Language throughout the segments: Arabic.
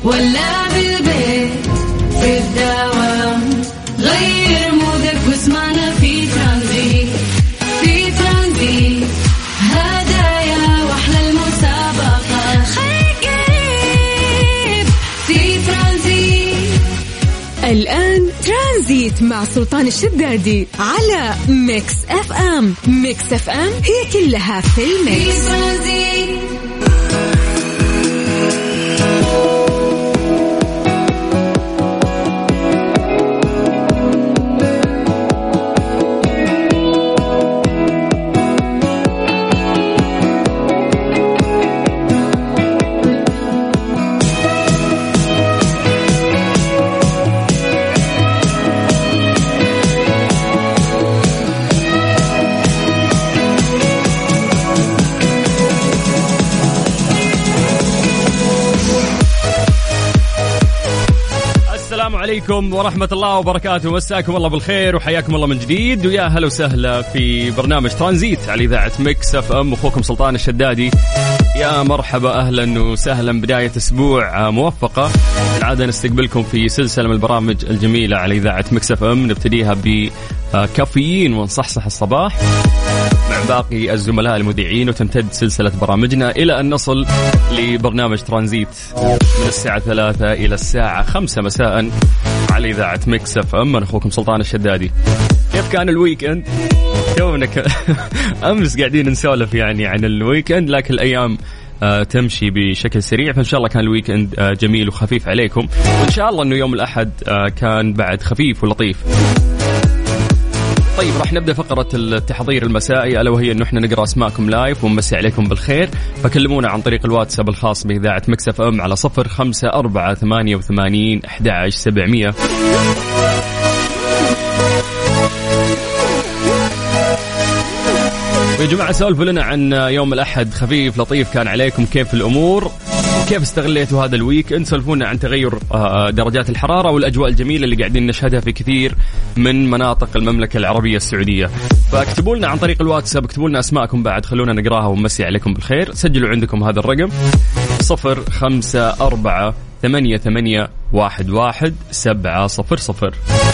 ولا بالبيت في الدوام، غير مودك واسمعنا في ترانزيت. في ترانزيت هدايا واحلى المسابقة، خليك قريب في ترانزيت. الآن ترانزيت مع سلطان الشدادي على ميكس اف ام. ميكس اف ام هي كلها في الميكس. عليكم ورحمة الله وبركاته. مساكم الله بالخير وحياكم الله من جديد، ويا هلا وسهلا في برنامج ترانزيت على إذاعة ميكس اف ام. أخوكم سلطان الشدادي، يا مرحبا أهلا وسهلا. بداية أسبوع موفقة. العادة نستقبلكم في سلسلة من البرامج الجميلة على إذاعة ميكس اف ام، نبتديها بكافيين ونصحصح الصباح مع باقي الزملاء المذيعين، وتمتد سلسلة برامجنا إلى أن نصل لبرنامج ترانزيت من الساعة 3 إلى الساعة 5 مساء على إذاعة ميكس اف ام. أنا أخوكم سلطان الشدادي. كيف كان الويكند؟ تونا أمس قاعدين نسولف يعني عن الويكند، لكن الأيام تمشي بشكل سريع، فإن شاء الله كان الويكند جميل وخفيف عليكم، وإن شاء الله أنه يوم الأحد كان بعد خفيف ولطيف. طيب راح نبدأ فقرة التحضير المسائي، ألا وهي أنه إحنا نقرأ أسماءكم لايف ونمسي عليكم بالخير. فكلمونا عن طريق الواتساب الخاص بإذاعة ميكس اف ام على 0548811700. ويا جماعة سولفوا لنا عن يوم الأحد خفيف لطيف كان عليكم، كيف الأمور وكيف استغليتوا هذا الويكند. سولفونا عن تغير درجات الحرارة والأجواء الجميلة اللي قاعدين نشهدها في كثير من مناطق المملكة العربية السعودية. فاكتبوا لنا عن طريق الواتساب، اكتبوا لنا أسماءكم بعد، خلونا نقراها ونمسي عليكم بالخير. سجلوا عندكم هذا الرقم 0548811700.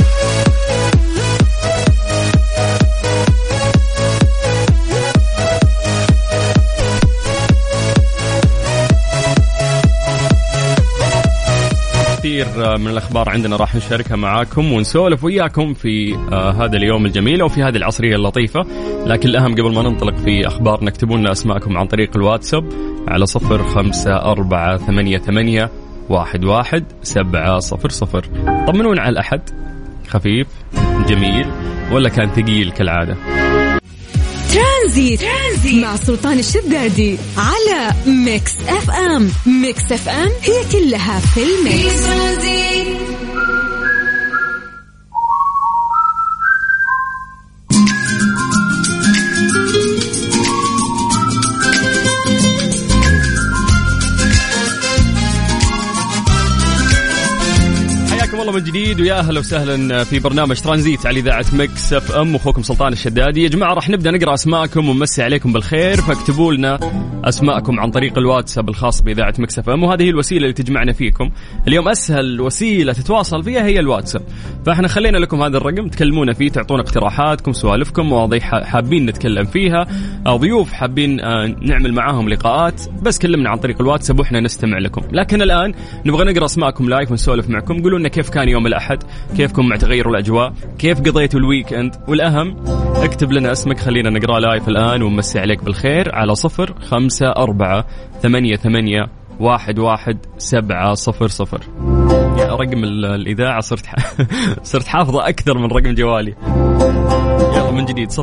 كثير من الأخبار عندنا راح نشاركها معاكم ونسولف وياكم في هذا اليوم الجميل وفي هذه العصرية اللطيفة. لكن الأهم قبل ما ننطلق في أخبارنا، اكتبوا لنا أسماءكم عن طريق الواتساب على 0548811700. طمنونا على الأحد، خفيف جميل ولا كان ثقيل كالعادة؟ ترانزيت مع سلطان الشدادي على ميكس اف ام. ميكس اف ام هي كلها في الميكس. من جديد ويا أهلا وسهلا في برنامج ترانزيت على إذاعة ميكس اف ام. أخوكم سلطان الشدادي. يا جماعة راح نبدأ نقرأ أسماءكم ونمسي عليكم بالخير، فاكتبوا لنا أسماءكم عن طريق الواتساب الخاص بإذاعة ميكس اف ام، وهذه هي الوسيلة اللي تجمعنا فيكم اليوم. أسهل وسيلة تتواصل فيها هي الواتساب، فاحنا خلينا لكم هذا الرقم تكلمونا فيه، تعطونا اقتراحاتكم، سوالفكم، مواضيع حابين نتكلم فيها، أو ضيوف حابين نعمل معاهم لقاءات، بس كلمنا عن طريق الواتساب وإحنا نستمع لكم. لكن الآن نبغى نقرأ أسماءكم لايف ونسولف معكم. قولوا لنا كيف كان يوم الأحد، كيفكم مع تغير الأجواء، كيف قضيتوا الويكند، والأهم اكتب لنا اسمك خلينا نقرأ لايف الآن ونمسي عليك بالخير على 0548811700. يا رقم الإذاعة صرت حافظة أكثر من رقم جوالي. يلا من جديد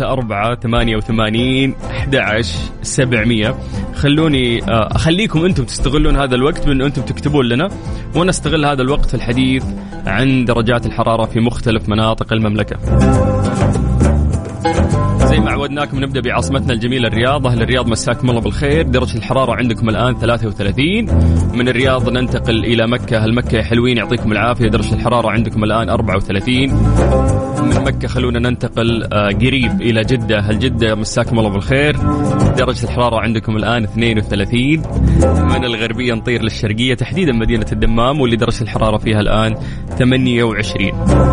0548811700. خلوني أخليكم أنتم تستغلون هذا الوقت بأن أنتم تكتبون لنا، ونستغل هذا الوقت في الحديث عن درجات الحرارة في مختلف مناطق المملكة. زي ما عودناكم نبدأ بعاصمتنا الجميلة الرياض. أهل الرياض مساكم الله بالخير. درجة الحرارة عندكم الآن 33. من الرياض ننتقل إلى مكة. أهل مكة حلوين يعطيكم العافية. درجة الحرارة عندكم الآن 34. من مكة خلونا ننتقل قريب إلى جدة. أهل جدة مساكم الله بالخير. درجة الحرارة عندكم الآن 32. من الغربية نطير للشرقية تحديدا مدينة الدمام واللي درجة الحرارة فيها الآن 28.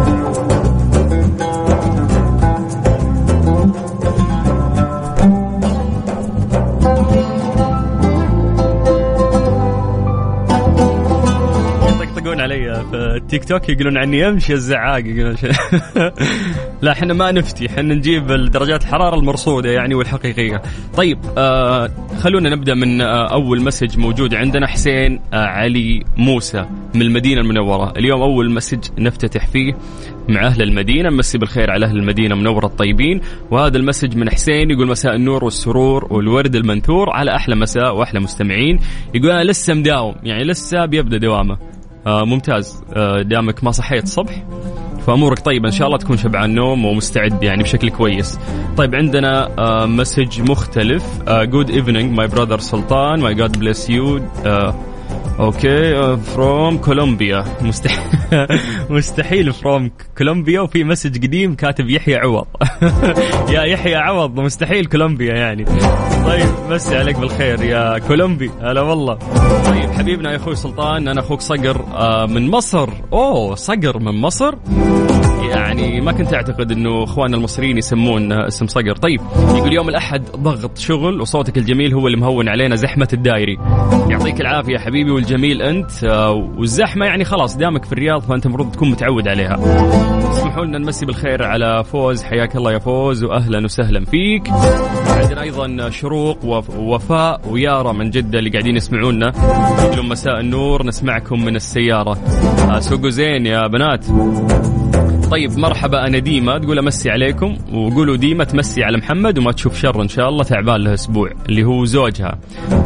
علي في التيك توك يقولون عني امشي الزعاق يقولون لا احنا ما نفتي، احنا نجيب درجات الحرارة المرصودة يعني والحقيقية. طيب خلونا نبدأ من أول مسج موجود عندنا. حسين علي موسى من المدينة المنورة. اليوم أول مسج نفتتح فيه مع أهل المدينة. مسي بالخير على أهل المدينة منورة الطيبين. وهذا المسج من حسين يقول مساء النور والسرور والورد المنثور على أحلى مساء وأحلى مستمعين. يقول أنا لسه مداوم يعني لسه بيبدأ دوامه. ممتاز. دامك ما صحيت الصبح فأمورك طيبة إن شاء الله، تكون شبعان نوم ومستعد يعني بشكل كويس. طيب عندنا مسج مختلف. Good evening my brother سلطان, my God bless you. اوكي from كولومبيا. مستحيل from كولومبيا. وفي مسج قديم كاتب يحيى عوض. يا يحيى عوض مستحيل كولومبيا يعني. طيب مسي عليك بالخير يا كولومبي. هلا والله. طيب حبيبنا يا اخوي سلطان انا اخوك صقر من مصر. اوه صقر من مصر يعني ما كنت أعتقد أنه إخواننا المصريين يسمون اسم صقر. طيب يقول يوم الأحد ضغط شغل وصوتك الجميل هو اللي مهون علينا زحمة الدائري. يعطيك العافية حبيبي والجميل أنت. والزحمة يعني خلاص دامك في الرياض فأنت المفروض تكون متعود عليها. اسمحوا لنا نمسي بالخير على فوز. حياك الله يا فوز وأهلا وسهلا فيك. عندنا أيضا شروق ووفاء ويارا من جدة اللي قاعدين يسمعونا. يقولون مساء النور نسمعكم من السيارة. سوقوا زين يا بنات. طيب مرحبا أنا ديما تقول أمسي عليكم وقولوا ديما تمسي على محمد وما تشوف شر إن شاء الله تعبان له أسبوع اللي هو زوجها.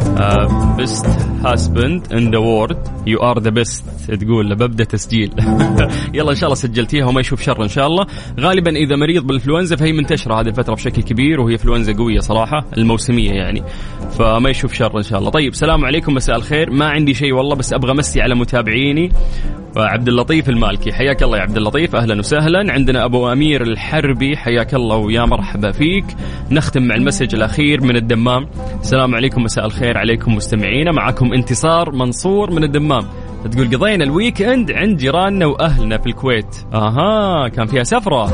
best husband in the world you are the best تقول ببدأ تسجيل. يلا إن شاء الله سجلتيها وما يشوف شر إن شاء الله. غالبا إذا مريض بالإنفلونزا فهي منتشرة هذه الفترة بشكل كبير وهي إنفلونزا قوية صراحة الموسمية يعني فما يشوف شر إن شاء الله. طيب السلام عليكم مساء الخير. ما عندي شيء والله بس أبغى مسي على متابعيني. عبد اللطيف المالكي حياك الله يا عبد اللطيف أهلا وسهلا. عندنا أبو أمير الحربي حياك الله ويا مرحبا فيك. نختم مع المسج الأخير من الدمام. السلام عليكم مساء الخير عليكم مستمعينا. معكم انتصار منصور من الدمام. تقول قضينا الويك اند عند جيراننا وأهلنا في الكويت. كان فيها سفرة.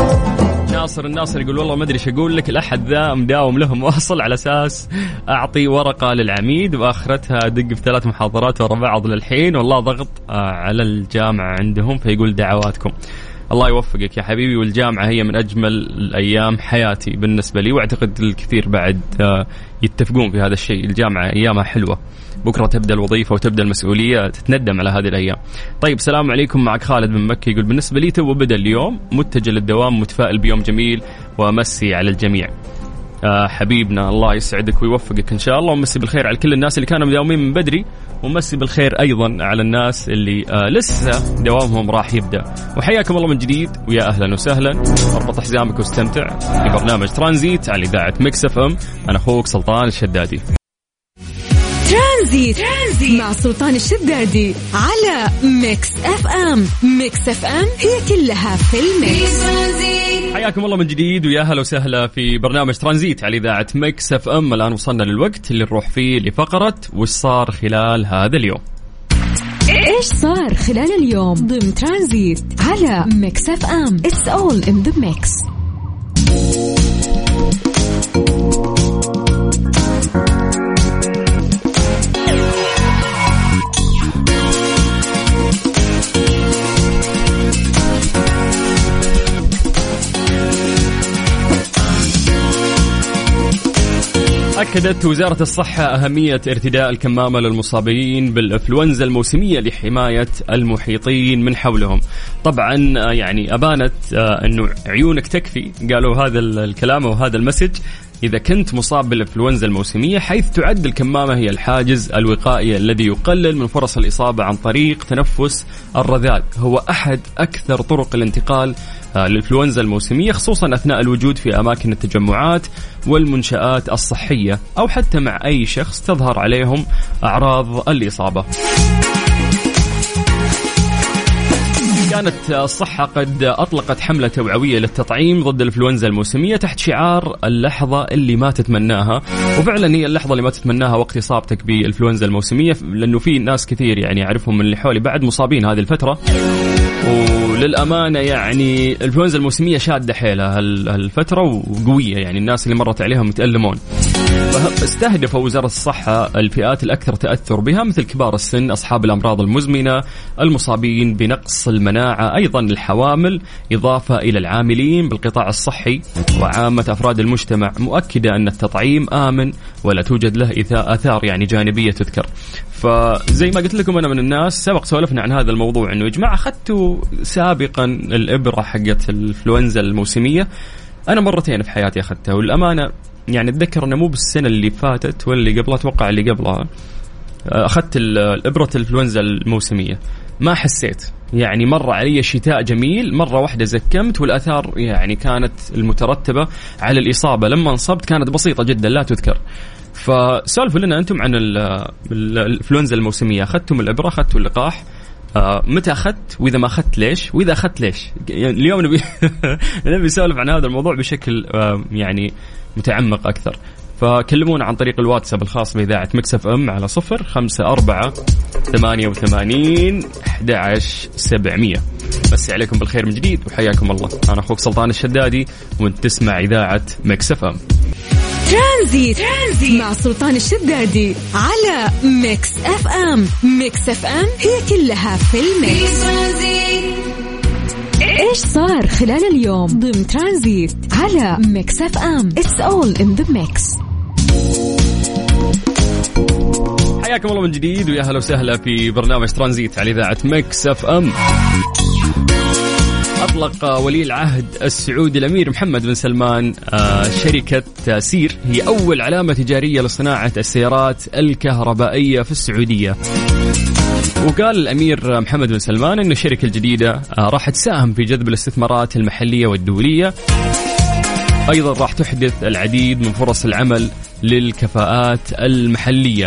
ناصر الناصر يقول والله ما أدري إيش أقول لك الأحد ذا مداوم لهم واصل على أساس أعطي ورقة للعميد وآخرتها أدق في 3 محاضرات ورا بعض للحين والله ضغط على الجامعة عندهم فيقول دعواتكم. الله يوفقك يا حبيبي والجامعة هي من أجمل الأيام حياتي بالنسبة لي وأعتقد الكثير بعد يتفقون في هذا الشيء. الجامعة أيامها حلوة بكرة تبدأ الوظيفة وتبدأ المسؤولية تتندم على هذه الأيام. طيب السلام عليكم معك خالد من مكة يقول بالنسبة لي تو بدأ اليوم متجه للدوام متفائل بيوم جميل وأمسي على الجميع. حبيبنا الله يسعدك ويوفقك إن شاء الله ومسي بالخير على كل الناس اللي كانوا مداومين من بدري ومسي بالخير أيضا على الناس اللي لسه دوامهم راح يبدأ. وحياكم الله من جديد ويا أهلا وسهلا. اربط حزامك واستمتع في برنامج ترانزيت على إذاعة ميكس اف ام. أنا أخوك سلطان الشدادي. ترانزيت مع سلطان الشدادي على ميكس اف ام. ميكس اف ام هي كلها في الميكس. حياكم الله من جديد ويا اهلا وسهلا في برنامج ترانزيت على إذاعة ميكس اف ام. الآن وصلنا للوقت اللي نروح فيه لفقرة وش صار خلال هذا اليوم. ايش صار خلال اليوم ضمن ترانزيت على ميكس اف ام. It's all in the mix. أكدت وزارة الصحة أهمية ارتداء الكمامة للمصابين بالإنفلونزا الموسمية لحماية المحيطين من حولهم. طبعا يعني أبانت أنه عيونك تكفي قالوا هذا الكلام وهذا المسج إذا كنت مصاب بالإنفلونزا الموسمية حيث تعد الكمامة هي الحاجز الوقائي الذي يقلل من فرص الإصابة عن طريق تنفس الرذاذ. هو أحد أكثر طرق الانتقال الإنفلونزا الموسمية، خصوصا أثناء الوجود في أماكن التجمعات والمنشآت الصحية، أو حتى مع أي شخص تظهر عليهم أعراض الإصابة. كانت الصحة قد أطلقت حملة توعوية للتطعيم ضد الإنفلونزا الموسمية تحت شعار اللحظة اللي ما تتمناها، وفعلا هي اللحظة اللي ما تتمناها وقت إصابتك بالإنفلونزا الموسمية، لأنه في ناس كثير يعني أعرفهم من اللي حولي بعد مصابين هذه الفترة. وللأمانة يعني الإنفلونزا الموسمية شادة حيلها الفترة وقوية، يعني الناس اللي مرت عليها متألمون. فاستهدفوا وزارة الصحة الفئات الأكثر تأثر بها مثل كبار السن، أصحاب الأمراض المزمنة، المصابين بنقص المناعة، أيضا الحوامل، إضافة إلى العاملين بالقطاع الصحي وعامة أفراد المجتمع، مؤكدة أن التطعيم آمن ولا توجد له آثار يعني جانبية تذكر. فزي ما قلت لكم أنا من الناس سبق سولفنا عن هذا الموضوع، إنه يا جماعة أخذتوا سابقا الإبرة حقت الإنفلونزا الموسمية. أنا مرتين في حياتي أخذتها، والأمانة يعني أتذكر أنه مو بالسنة اللي فاتت ولا اللي قبلها، أتوقع اللي قبلها أخذت الإبرة الإنفلونزا الموسمية. ما حسيت يعني، مر علي شتاء جميل، مرة واحدة زكمت، والآثار يعني كانت المترتبة على الإصابة لما انصبت كانت بسيطة جدا لا تذكر. فسولفوا لنا أنتم عن الإنفلونزا الموسمية، أخذتم الإبرة، أخذتوا اللقاح، متى أخذت، وإذا ما أخذت ليش، وإذا أخذت ليش؟ يعني اليوم نبي نسولف عن هذا الموضوع بشكل يعني متعمق أكثر. فكلمونا عن طريق الواتساب الخاص بإذاعة ميكس اف ام على 0548811700. بس عليكم بالخير من جديد وحياكم الله. أنا أخوك سلطان الشدادي وانت تسمع إذاعة ميكس اف ام. ترانزيت مع سلطان الشدادي على ميكس اف ام. ميكس اف ام هي كلها في الميكس. ايش صار خلال اليوم ضمن ترانزيت على ميكس اف ام. It's all in the mix. حياكم الله من جديد ويا هلا وسهلا في برنامج ترانزيت على إذاعة ميكس اف ام. أطلق ولي العهد السعودي الأمير محمد بن سلمان شركة سير، هي أول علامة تجارية لصناعة السيارات الكهربائية في السعودية. وقال الأمير محمد بن سلمان أن الشركة الجديدة راح تساهم في جذب الاستثمارات المحلية والدولية، أيضا راح تحدث العديد من فرص العمل للكفاءات المحلية.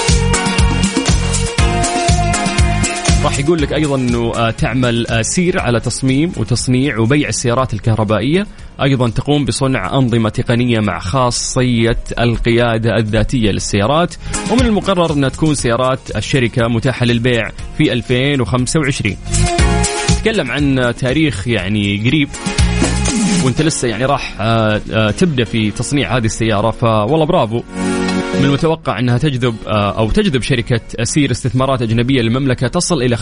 راح يقول لك أيضا أنه تعمل سير على تصميم وتصنيع وبيع السيارات الكهربائية، أيضا تقوم بصنع أنظمة تقنية مع خاصية القيادة الذاتية للسيارات، ومن المقرر أن تكون سيارات الشركة متاحة للبيع في 2025. تكلم عن تاريخ يعني قريب وانت لسه يعني راح تبدأ في تصنيع هذه السيارة، فوالله برافو. من المتوقع أنها تجذب شركة سير استثمارات أجنبية للمملكة تصل إلى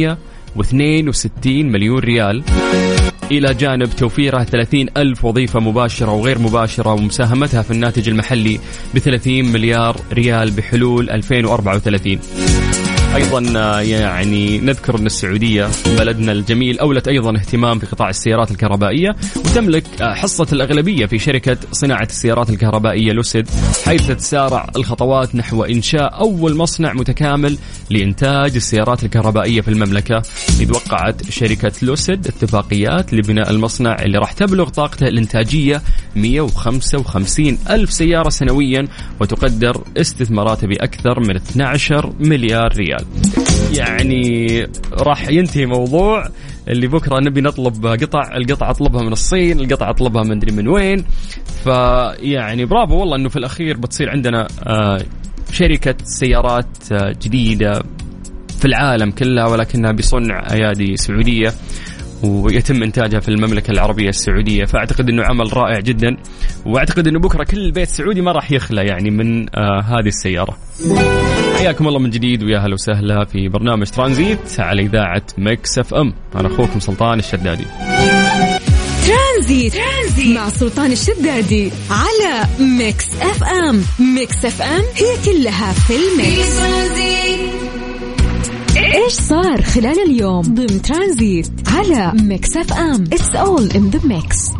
562 مليون ريال، إلى جانب توفيرها 30,000 وظيفة مباشرة وغير مباشرة، ومساهمتها في الناتج المحلي ب30 مليار ريال بحلول 2034. أيضا يعني نذكر أن السعودية بلدنا الجميل أولت أيضا اهتمام في قطاع السيارات الكهربائية، وتملك حصة الأغلبية في شركة صناعة السيارات الكهربائية لوسيد، حيث تتسارع الخطوات نحو إنشاء أول مصنع متكامل لإنتاج السيارات الكهربائية في المملكة. إذ وقعت شركة لوسيد اتفاقيات لبناء المصنع اللي راح تبلغ طاقته الإنتاجية 155 ألف سيارة سنويا، وتقدر استثماراته بأكثر من 12 مليار ريال. يعني راح ينتهي موضوع اللي بكرة نبي نطلب القطع أطلبها من الصين، القطع أطلبها من دري من وين. فيعني برافو والله أنه في الأخير بتصير عندنا شركة سيارات جديدة في العالم كلها، ولكنها بصنع أيادي سعودية ويتم إنتاجها في المملكة العربية السعودية. فأعتقد أنه عمل رائع جدا، وأعتقد أنه بكرة كل بيت سعودي ما راح يخلى يعني من هذه السيارة. حياكم الله من جديد ويا هلا وسهلا في برنامج ترانزيت على إذاعة ميكس اف ام. أنا أخوكم سلطان الشدادي. ترانزيت مع سلطان الشدادي على ميكس اف ام. ميكس اف ام هي كلها في الميكس. ايش صار خلال اليوم ضمن ترانزيت على ميكس اف ام. It's all in the mix.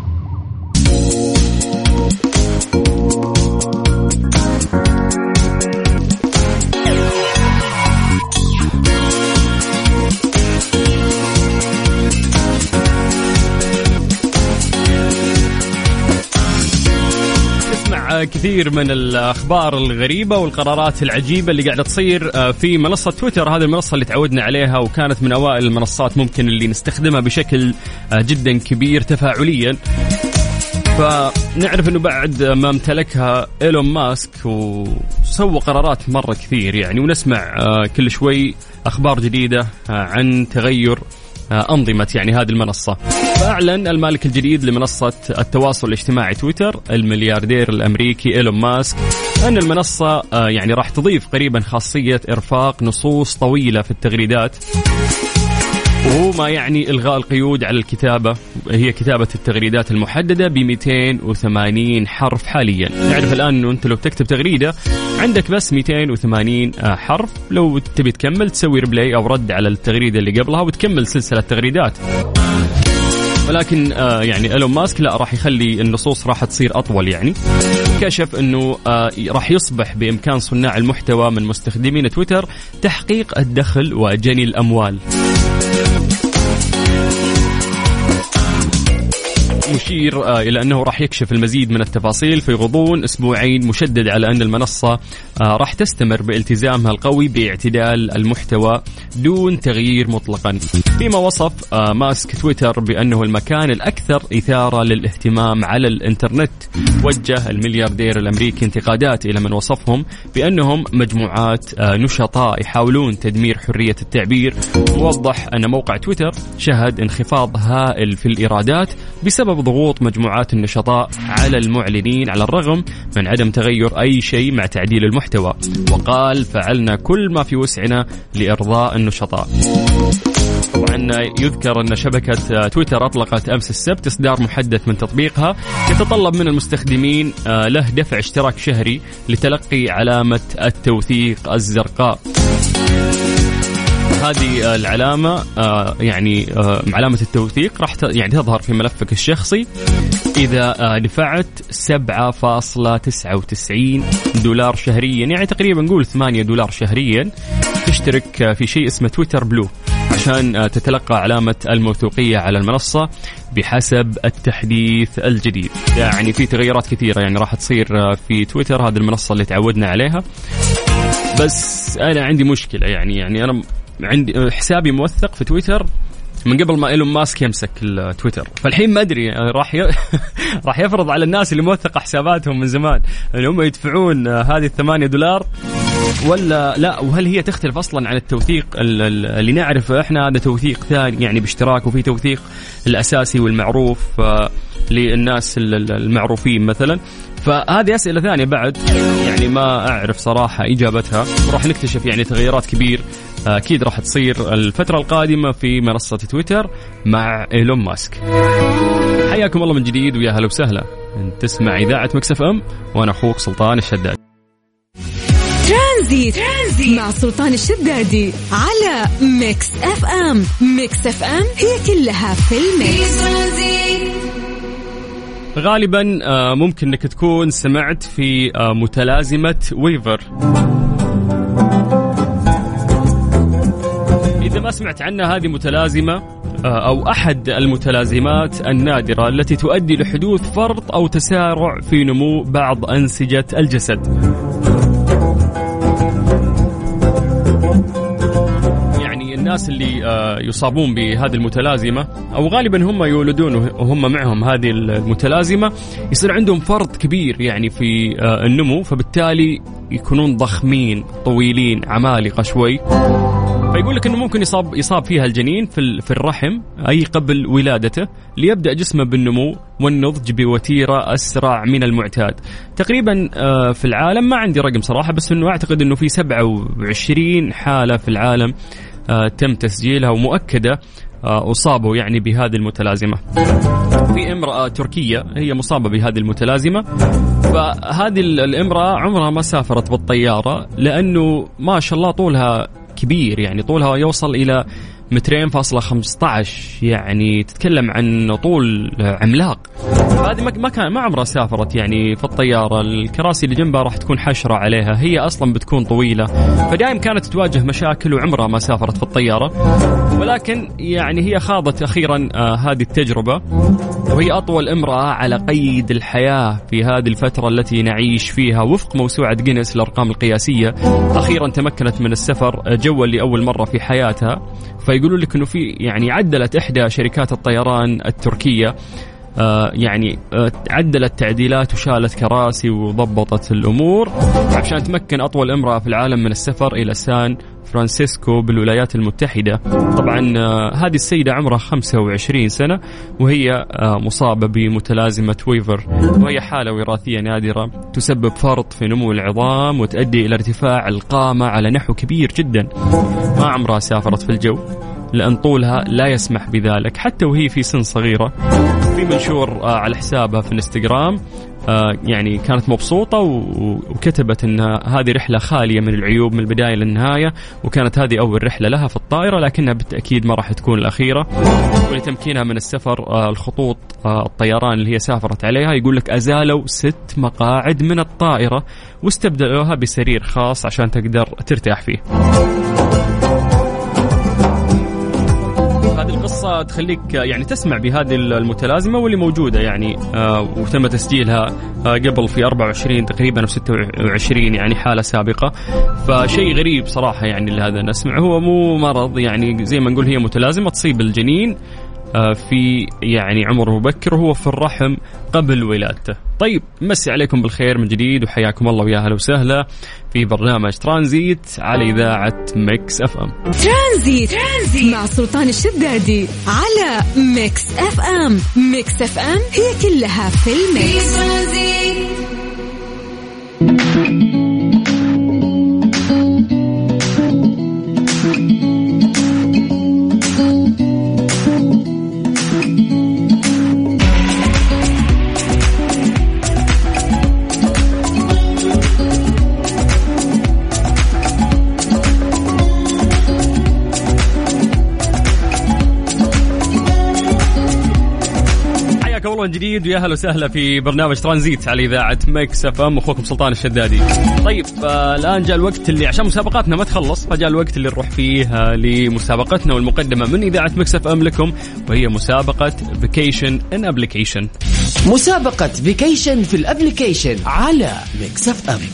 نتابع كثير من الأخبار الغريبة والقرارات العجيبة اللي قاعدة تصير في منصة تويتر. هذه المنصة اللي تعودنا عليها وكانت من أوائل المنصات ممكن اللي نستخدمها بشكل جدا كبير تفاعليا. فنعرف أنه بعد ما امتلكها إيلون ماسك وسوى قرارات مرة كثير يعني، ونسمع كل شوي أخبار جديدة عن تغير أنظمة يعني هذه المنصة. فأعلن المالك الجديد لمنصة التواصل الاجتماعي تويتر الملياردير الأمريكي إيلون ماسك أن المنصة يعني راح تضيف قريبا خاصية إرفاق نصوص طويلة في التغريدات، وهو ما يعني إلغاء القيود على الكتابة، هي كتابة التغريدات المحددة ب 280 حرف حاليا. نعرف الآن أنه أنت لو تكتب تغريدة عندك بس 280 حرف، لو تبي تكمل تسوي ريبلاي أو رد على التغريدة اللي قبلها وتكمل سلسلة تغريدات. ولكن يعني إيلون ماسك لا، راح يخلي النصوص راح تصير أطول. يعني كشف أنه راح يصبح بإمكان صناع المحتوى من مستخدمين تويتر تحقيق الدخل وجني الأموال. مشير إلى أنه راح يكشف المزيد من التفاصيل في غضون أسبوعين، مشدد على أن المنصة راح تستمر بالتزامها القوي باعتدال المحتوى دون تغيير مطلقا. فيما وصف ماسك تويتر بأنه المكان الأكثر إثارة للاهتمام على الإنترنت. وجه الملياردير الأمريكي انتقادات إلى من وصفهم بأنهم مجموعات نشطاء يحاولون تدمير حرية التعبير، موضح أن موقع تويتر شهد انخفاض هائل في الإيرادات بسبب ضغوط مجموعات النشطاء على المعلنين على الرغم من عدم تغير أي شيء مع تعديل المحتوى. وقال فعلنا كل ما في وسعنا لإرضاء النشطاء. طبعا يذكر أن شبكة تويتر أطلقت أمس السبت إصدار محدث من تطبيقها يتطلب من المستخدمين له دفع اشتراك شهري لتلقي علامة التوثيق الزرقاء. هذه العلامة يعني علامة التوثيق راح يعني تظهر في ملفك الشخصي إذا دفعت $7.99 شهريا، يعني تقريبا نقول $8 شهريا، تشترك في شيء اسمه تويتر بلو عشان تتلقى علامة الموثوقية على المنصة بحسب التحديث الجديد. يعني في تغيرات كثيرة يعني راح تصير في تويتر، هذه المنصة اللي تعودنا عليها. بس أنا عندي مشكلة يعني أنا عندي حسابي موثق في تويتر من قبل ما إيلون ماسك يمسك التويتر، فالحين ما أدري راح يفرض على الناس اللي موثق حساباتهم من زمان أن هم يدفعون هذه $8 ولا لا. وهل هي تختلف أصلا عن التوثيق اللي نعرف إحنا؟ هذا توثيق ثاني يعني باشتراك، وفي توثيق الأساسي والمعروف للناس المعروفين مثلا. فهذه أسئلة ثانية بعد يعني ما أعرف صراحة إجابتها، وراح نكتشف يعني تغيرات كبير أكيد راح تصير الفترة القادمة في منصة تويتر مع إيلون ماسك. حياكم الله من جديد ويا هلا وسهلا، تسمع إذاعة ميكس اف ام وأنا أخوك سلطان الشدادي. ترانزيت مع سلطان الشدادي على ميكس اف ام. ميكس اف ام هي كلها في الميكس. غالبا ممكن انك تكون سمعت في متلازمة ويفر. إذا ما سمعت عنها، هذه متلازمة أو أحد المتلازمات النادرة التي تؤدي لحدوث فرط أو تسارع في نمو بعض أنسجة الجسد. الناس اللي يصابون بهذه المتلازمة أو غالبا هم يولدون وهم معهم هذه المتلازمة يصير عندهم فرط كبير يعني في النمو، فبالتالي يكونون ضخمين طويلين عمالقة شوي. فيقول لك أنه ممكن يصاب فيها الجنين في الرحم أي قبل ولادته، ليبدأ جسمه بالنمو والنضج بوتيرة أسرع من المعتاد. تقريبا في العالم ما عندي رقم صراحة، بس أنه أعتقد أنه في 27 حالة في العالم تم تسجيلها ومؤكدة أصابوا يعني بهذه المتلازمة. في امرأة تركية هي مصابة بهذه المتلازمة، فهذه الامرأة عمرها ما سافرت بالطيارة لأنه ما شاء الله طولها كبير، يعني طولها يوصل إلى 2.15 يعني تتكلم عن طول عملاق. هذه ما عمرها سافرت يعني في الطيارة. الكراسي اللي جنبها راح تكون حشرة عليها، هي أصلا بتكون طويلة، فدائما كانت تواجه مشاكل وعمرها ما سافرت في الطيارة. ولكن يعني هي خاضت أخيرا هذه التجربة، وهي أطول امرأة على قيد الحياة في هذه الفترة التي نعيش فيها وفق موسوعة جينيس للأرقام القياسية. أخيرا تمكنت من السفر جوا لأول مرة في حياتها. فيقولوا لك أنه في يعني عدلت إحدى شركات الطيران التركية عدلت تعديلات وشالت كراسي وضبطت الأمور عشان تمكن أطول امرأة في العالم من السفر إلى سان فرانسيسكو بالولايات المتحدة. طبعا هذه السيدة عمرها 25 سنة، وهي مصابة بمتلازمة ويفر، وهي حالة وراثية نادرة تسبب فرط في نمو العظام وتؤدي إلى ارتفاع القامة على نحو كبير جدا. ما عمرها سافرت في الجو لأن طولها لا يسمح بذلك حتى وهي في سن صغيرة. في منشور على حسابها في الانستغرام يعني كانت مبسوطة وكتبت أن هذه رحلة خالية من العيوب من البداية للنهاية، وكانت هذه أول رحلة لها في الطائرة، لكنها بالتأكيد ما راح تكون الأخيرة. ولتمكينها من السفر الخطوط الطيران اللي هي سافرت عليها يقول لك أزالوا 6 مقاعد من الطائرة واستبدلوها بسرير خاص عشان تقدر ترتاح فيه. هذه القصة تخليك يعني تسمع بهذه المتلازمة واللي موجودة يعني وتم تسجيلها قبل في 24 تقريبا أو 26 يعني حالة سابقة. فشيء غريب صراحة يعني اللي هذا نسمع. هو مو مرض يعني زي ما نقول، هي متلازمة تصيب الجنين في يعني عمر مبكر وهو في الرحم قبل ولادته. طيب مسي عليكم بالخير من جديد وحياكم الله ويا هلا وسهلا في برنامج ترانزيت على إذاعة ميكس اف ام. ترانزيت مع سلطان الشدادي على ميكس اف ام. ميكس اف ام هي كلها في الميكس. من جديد ويا هلا وسهلا في برنامج ترانزيت على إذاعة ميكس اف ام، أخوكم سلطان الشدادي. طيب الآن جاء الوقت اللي عشان مسابقاتنا ما تخلص، فجاء الوقت اللي نروح فيه لمسابقتنا والمقدمة من إذاعة ميكس اف ام لكم، وهي مسابقة فيكيشن ان ابليكيشن. مسابقة فيكيشن في الابليكيشن على ميكس اف ام.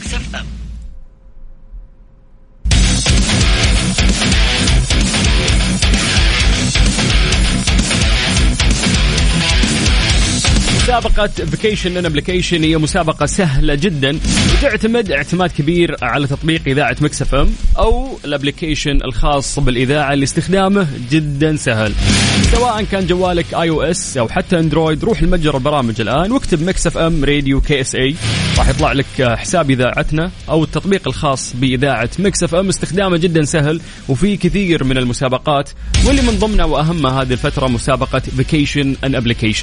مسابقة فيكيشن ان ابليكيشن هي مسابقة سهلة جدا وتعتمد اعتماد كبير على تطبيق إذاعة ميكس اف ام أو الابليكيشن الخاص بالإذاعة اللي استخدامه جدا سهل. سواء كان جوالك iOS أو حتى اندرويد، روح لمتجر البرامج الآن واكتب ميكس اف ام راديو KSA، راح يطلع لك حساب إذاعتنا أو التطبيق الخاص بإذاعة ميكس اف ام. استخدامه جدا سهل وفي كثير من المسابقات، واللي من ضمنها وأهمها هذه الفترة مسابقة فيكيشن ان ابليكيشن.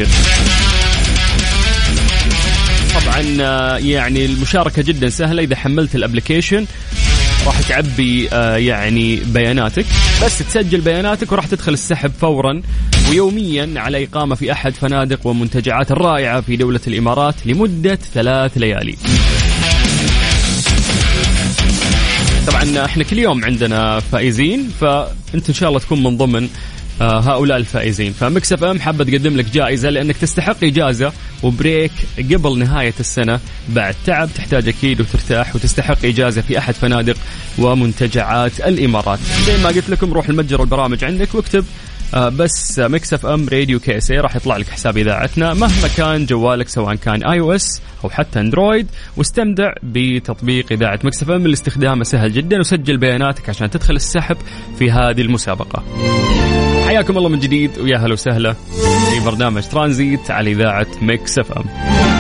طبعا يعني المشاركة جدا سهلة. إذا حملت الابليكيشن راح تعبي يعني بياناتك، بس تسجل بياناتك وراح تدخل السحب فورا ويوميا على إقامة في أحد فنادق ومنتجعات الرائعة في دولة الإمارات لمدة 3 ليالي. طبعا احنا كل يوم عندنا فائزين، فانت ان شاء الله تكون من ضمن هؤلاء الفائزين. فميكس اف ام حابة تقدم لك جائزة لأنك تستحق إجازة وبريك قبل نهاية السنة. بعد تعب تحتاج أكيد وترتاح، وتستحق إجازة في أحد فنادق ومنتجعات الإمارات. زي ما قلت لكم روح المتجر البرامج عندك واكتب بس ميكس اف ام راديو KSA، راح يطلع لك حساب إذاعتنا مهما كان جوالك سواء كان iOS أو حتى اندرويد، واستمتع بتطبيق إذاعة ميكس اف ام اللي استخدامه سهل جدا، وسجل بياناتك عشان تدخل السحب في هذه المسابقة. حياكم الله من جديد ويا هلا وسهلا في برنامج ترانزيت على إذاعة ميكس اف ام.